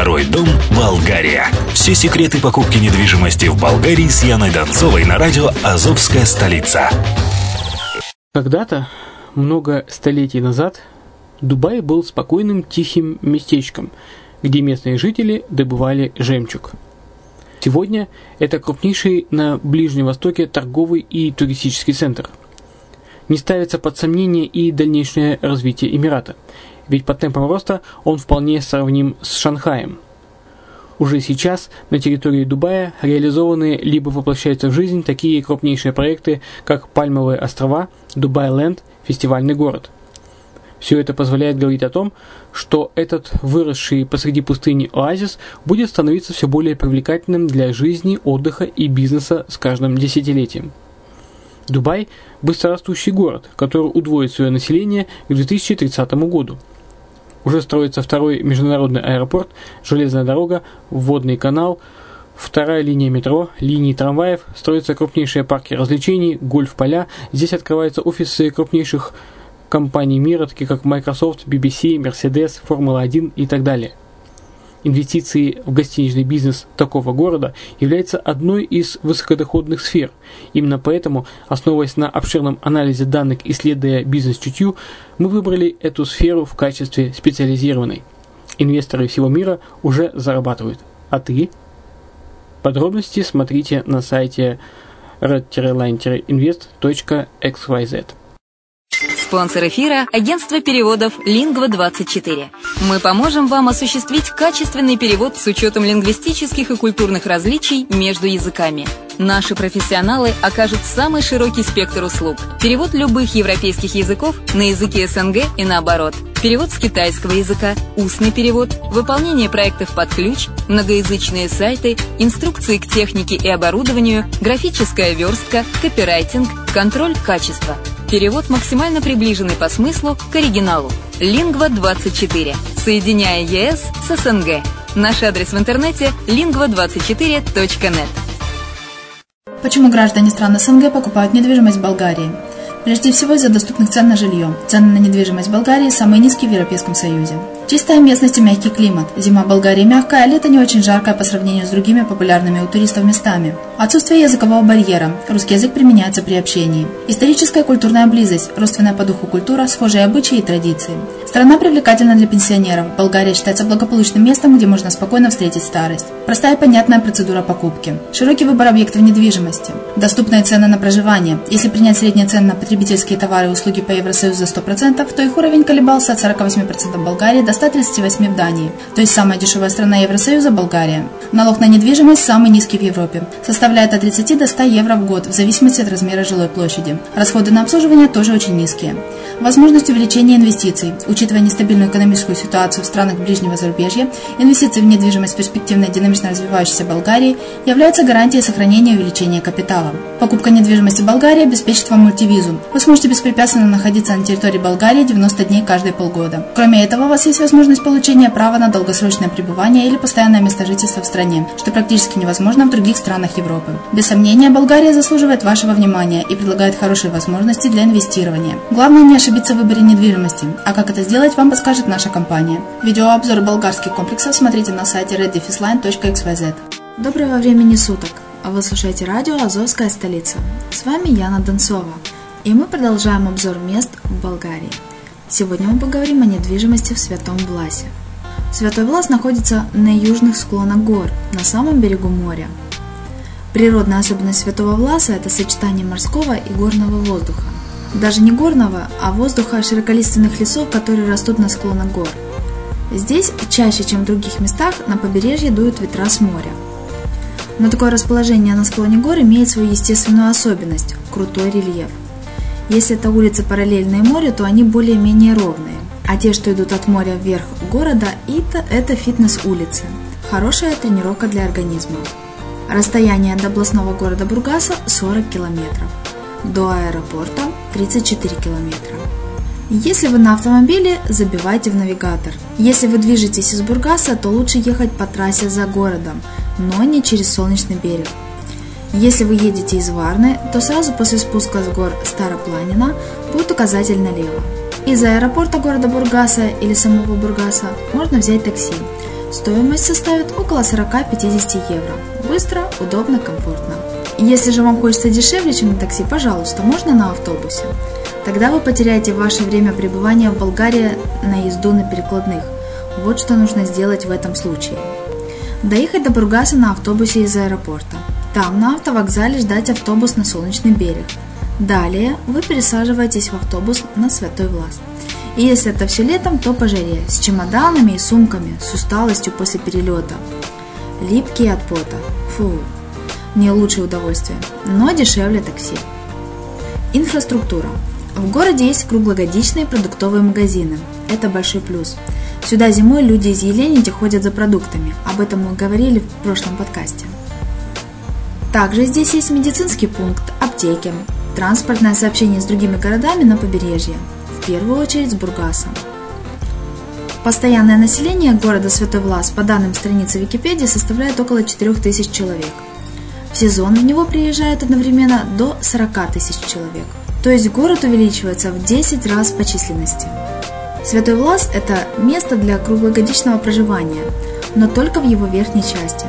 Второй дом Болгария. Все секреты покупки недвижимости в Болгарии с Яной Донцовой на радио «Азовская столица». Когда-то, много столетий назад, Дубай был спокойным тихим местечком, где местные жители добывали жемчуг. Сегодня это крупнейший на Ближнем Востоке торговый и туристический центр. Не ставится под сомнение и дальнейшее развитие Эмирата, ведь по темпам роста он вполне сравним с Шанхаем. Уже сейчас на территории Дубая реализованы либо воплощаются в жизнь такие крупнейшие проекты, как Пальмовые острова, Дубай-Ленд, фестивальный город. Все это позволяет говорить о том, что этот выросший посреди пустыни оазис будет становиться все более привлекательным для жизни, отдыха и бизнеса с каждым десятилетием. Дубай – быстрорастущий город, который удвоит свое население к 2030 году. Уже строится второй международный аэропорт, железная дорога, водный канал, вторая линия метро, линии трамваев, строятся крупнейшие парки развлечений, гольф-поля. Здесь открываются офисы крупнейших компаний мира, таких как Microsoft, BBC, Mercedes, Формула-1 и так далее. Инвестиции в гостиничный бизнес такого города являются одной из высокодоходных сфер. Именно поэтому, основываясь на обширном анализе данных, исследуя бизнес-чутью, мы выбрали эту сферу в качестве специализированной. Инвесторы всего мира уже зарабатывают. А ты? Подробности смотрите на сайте red-line-invest.xyz. Спонсор эфира – агентство переводов Lingva24. Мы поможем вам осуществить качественный перевод с учетом лингвистических и культурных различий между языками. Наши профессионалы окажут самый широкий спектр услуг. Перевод любых европейских языков на языки СНГ и наоборот. Перевод с китайского языка, устный перевод, выполнение проектов под ключ, многоязычные сайты, инструкции к технике и оборудованию, графическая верстка, копирайтинг, контроль качества. Перевод максимально приближенный по смыслу к оригиналу. Lingva24. Соединяя ЕС с СНГ. Наш адрес в интернете lingva24.net. Почему граждане стран СНГ покупают недвижимость в Болгарии? Прежде всего из-за доступных цен на жилье. Цены на недвижимость в Болгарии самые низкие в Европейском Союзе. Чистая местность и мягкий климат. Зима в Болгарии мягкая, а лето не очень жаркое по сравнению с другими популярными у туристов местами. Отсутствие языкового барьера. Русский язык применяется при общении. Историческая и культурная близость. Родственная по духу культура, схожие обычаи и традиции. Страна привлекательна для пенсионеров. Болгария считается благополучным местом, где можно спокойно встретить старость. Простая и понятная процедура покупки. Широкий выбор объектов недвижимости. Доступные цены на проживание. Если принять средние цены на потребительские товары и услуги по Евросоюзу за 100%, то их уровень колебался от 48% в Болгарии до 138% в Дании. То есть самая дешевая страна Евросоюза – Болгария. Налог на недвижимость самый низкий в Европе. Составляет от 30 до 100 евро в год, в зависимости от размера жилой площади. Расходы на обслуживание тоже очень низкие. Возможность увеличения инвестиций. Учитывая нестабильную экономическую ситуацию в странах ближнего зарубежья, инвестиции в недвижимость в перспективной динамично развивающейся Болгарии являются гарантией сохранения и увеличения капитала. Покупка недвижимости в Болгарии обеспечит вам мультивизу. Вы сможете беспрепятственно находиться на территории Болгарии 90 дней каждые полгода. Кроме этого, у вас есть возможность получения права на долгосрочное пребывание или постоянное место жительства в стране, что практически невозможно в других странах Европы. Без сомнения, Болгария заслуживает вашего внимания и предлагает хорошие возможности для инвестирования. Главное не ошибиться в выборе недвижимости, а как это сделать, вам подскажет наша компания. Видеообзор болгарских комплексов смотрите на сайте red-line.xyz. Доброго времени суток! Вы слушаете радио «Азовская столица». С вами Яна Донцова, и мы продолжаем обзор мест в Болгарии. Сегодня мы поговорим о недвижимости в Святом Власе. Святой Влас находится на южных склонах гор, на самом берегу моря. Природная особенность Святого Власа – это сочетание морского и горного воздуха. Даже не горного, а воздуха широколиственных лесов, которые растут на склонах гор. Здесь чаще, чем в других местах, на побережье дуют ветра с моря. Но такое расположение на склоне гор имеет свою естественную особенность – крутой рельеф. Если это улицы параллельные морю, то они более-менее ровные, а те, что идут от моря вверх города, это фитнес-улицы. Хорошая тренировка для организма. Расстояние до областного города Бургаса 40 километров, до аэропорта 34 километра. Если вы на автомобиле, забивайте в навигатор. Если вы движетесь из Бургаса, то лучше ехать по трассе за городом, но не через Солнечный берег. Если вы едете из Варны, то сразу после спуска с гор Старопланина будет указатель налево. Из аэропорта города Бургаса или самого Бургаса можно взять такси. Стоимость составит около 40-50 евро. Быстро, удобно, комфортно. Если же вам хочется дешевле, чем на такси, пожалуйста, можно на автобусе. Тогда вы потеряете ваше время пребывания в Болгарии на езду на перекладных. Вот что нужно сделать в этом случае. Доехать до Бургаса на автобусе из аэропорта. Там, на автовокзале, ждать автобус на Солнечный берег. Далее вы пересаживаетесь в автобус на Святой Влас. И если это все летом, то по жаре, с чемоданами и сумками, с усталостью после перелета. Липкие от пота. Фу, не лучшее удовольствие, но дешевле такси. Инфраструктура. В городе есть круглогодичные продуктовые магазины. Это большой плюс. Сюда зимой люди из Еленити ходят за продуктами. Об этом мы говорили в прошлом подкасте. Также здесь есть медицинский пункт, аптеки, транспортное сообщение с другими городами на побережье. В первую очередь с Бургасом. Постоянное население города Святой Влас по данным страницы Википедии составляет около 4000 человек. В сезон в него приезжает одновременно до 40 тысяч человек. То есть город увеличивается в 10 раз по численности. Святой Влас – это место для круглогодичного проживания, но только в его верхней части.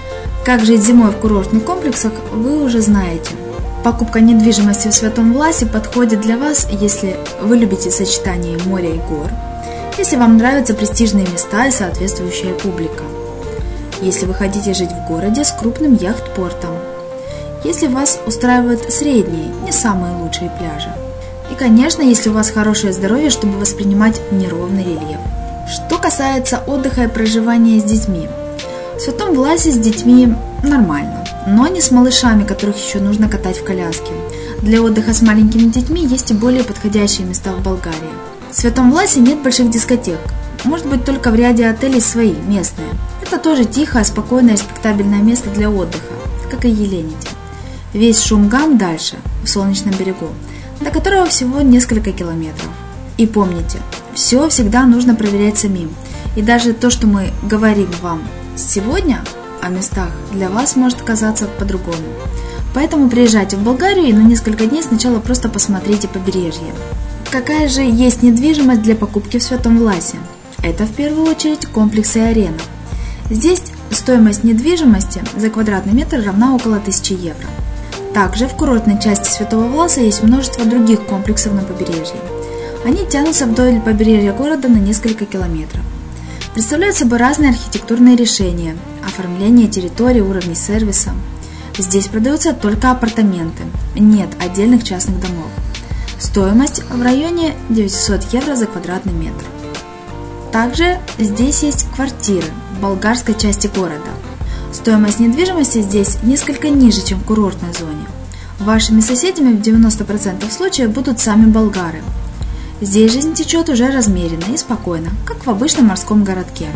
Как жить зимой в курортных комплексах, вы уже знаете. Покупка недвижимости в Святом Власе подходит для вас, если вы любите сочетание моря и гор, если вам нравятся престижные места и соответствующая публика, если вы хотите жить в городе с крупным яхт-портом, если вас устраивают средние, не самые лучшие пляжи, и, конечно, если у вас хорошее здоровье, чтобы воспринимать неровный рельеф. Что касается отдыха и проживания с детьми. В Святом Власе с детьми нормально, но не с малышами, которых еще нужно катать в коляске. Для отдыха с маленькими детьми есть и более подходящие места в Болгарии. В Святом Власе нет больших дискотек, может быть только в ряде отелей свои, местные. Это тоже тихое, спокойное и респектабельное место для отдыха, как и Еленити. Весь шум гам дальше, в Солнечном берегу, до которого всего несколько километров. И помните, все всегда нужно проверять самим. И даже то, что мы говорим вам сегодня о местах, для вас может казаться по-другому. Поэтому приезжайте в Болгарию и на несколько дней сначала просто посмотрите побережье. Какая же есть недвижимость для покупки в Святом Власе? Это в первую очередь комплексы и арена. Здесь стоимость недвижимости за квадратный метр равна около 1000 евро. Также в курортной части Святого Власа есть множество других комплексов на побережье. Они тянутся вдоль побережья города на несколько километров. Представляют собой разные архитектурные решения, оформление территории, уровни сервиса. Здесь продаются только апартаменты, нет отдельных частных домов. Стоимость в районе 900 евро за квадратный метр. Также здесь есть квартиры в болгарской части города. Стоимость недвижимости здесь несколько ниже, чем в курортной зоне. Вашими соседями в 90% случаев будут сами болгары. Здесь жизнь течет уже размеренно и спокойно, как в обычном морском городке.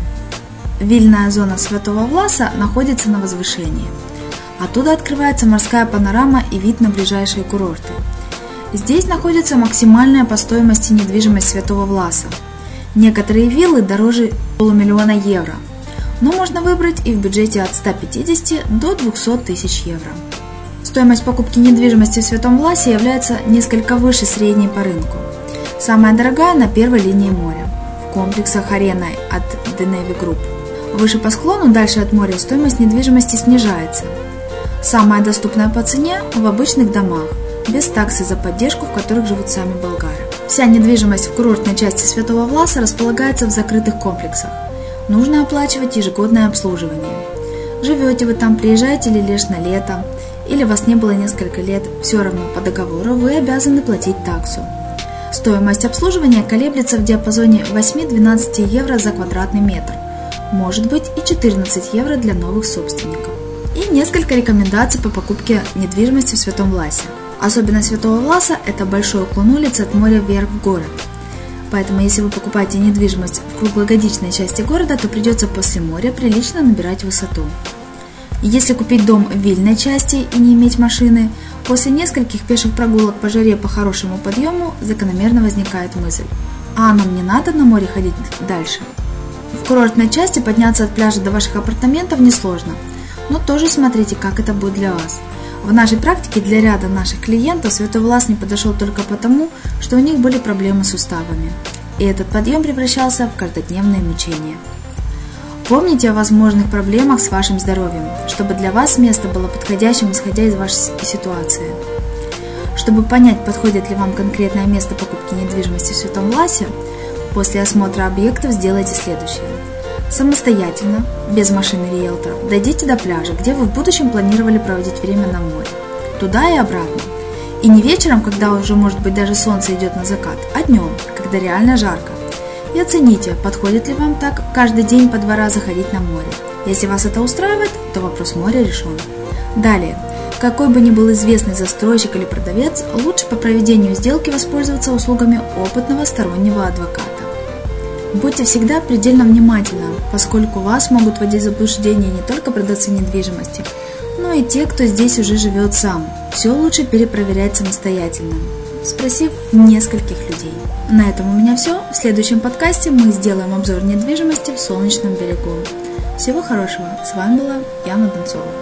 Вильная зона Святого Власа находится на возвышении. Оттуда открывается морская панорама и вид на ближайшие курорты. Здесь находится максимальная по стоимости недвижимость Святого Власа. Некоторые виллы дороже 500 000 евро, но можно выбрать и в бюджете от 150 до 200 тысяч евро. Стоимость покупки недвижимости в Святом Власе является несколько выше средней по рынку. Самая дорогая на первой линии моря, в комплексах арена от Деневи Групп. Выше по склону, дальше от моря, стоимость недвижимости снижается. Самая доступная по цене в обычных домах, без таксы за поддержку, в которых живут сами болгары. Вся недвижимость в курортной части Святого Власа располагается в закрытых комплексах. Нужно оплачивать ежегодное обслуживание. Живете вы там, приезжаете ли лишь на лето, или вас не было несколько лет, все равно по договору вы обязаны платить таксу. Стоимость обслуживания колеблется в диапазоне 8-12 евро за квадратный метр, может быть и 14 евро для новых собственников. И несколько рекомендаций по покупке недвижимости в Святом Власе. Особенность Святого Власа – это большой уклон улицы от моря вверх в город. Поэтому, если вы покупаете недвижимость в круглогодичной части города, то придется после моря прилично набирать высоту. Если купить дом в вильной части и не иметь машины, после нескольких пеших прогулок по жаре по хорошему подъему закономерно возникает мысль: а нам не надо на море ходить дальше? В курортной части подняться от пляжа до ваших апартаментов несложно, но тоже смотрите, как это будет для вас. В нашей практике для ряда наших клиентов Святой Влас не подошел только потому, что у них были проблемы с суставами, и этот подъем превращался в каждодневное мучение. Помните о возможных проблемах с вашим здоровьем, чтобы для вас место было подходящим, исходя из вашей ситуации. Чтобы понять, подходит ли вам конкретное место покупки недвижимости в Святом Власе, после осмотра объектов сделайте следующее. Самостоятельно, без машины риэлтора, дойдите до пляжа, где вы в будущем планировали проводить время на море. Туда и обратно. И не вечером, когда уже, может быть, даже солнце идет на закат, а днем, когда реально жарко. И оцените, подходит ли вам так каждый день по 2 раза ходить на море. Если вас это устраивает, то вопрос моря решен. Далее. Какой бы ни был известный застройщик или продавец, лучше по проведению сделки воспользоваться услугами опытного стороннего адвоката. Будьте всегда предельно внимательны, поскольку вас могут вводить в заблуждение не только продавцы недвижимости, но и те, кто здесь уже живет сам. Все лучше перепроверять самостоятельно, спросив нескольких людей. На этом у меня все. В следующем подкасте мы сделаем обзор недвижимости в Солнечном берегу. Всего хорошего. С вами была Яна Донцова.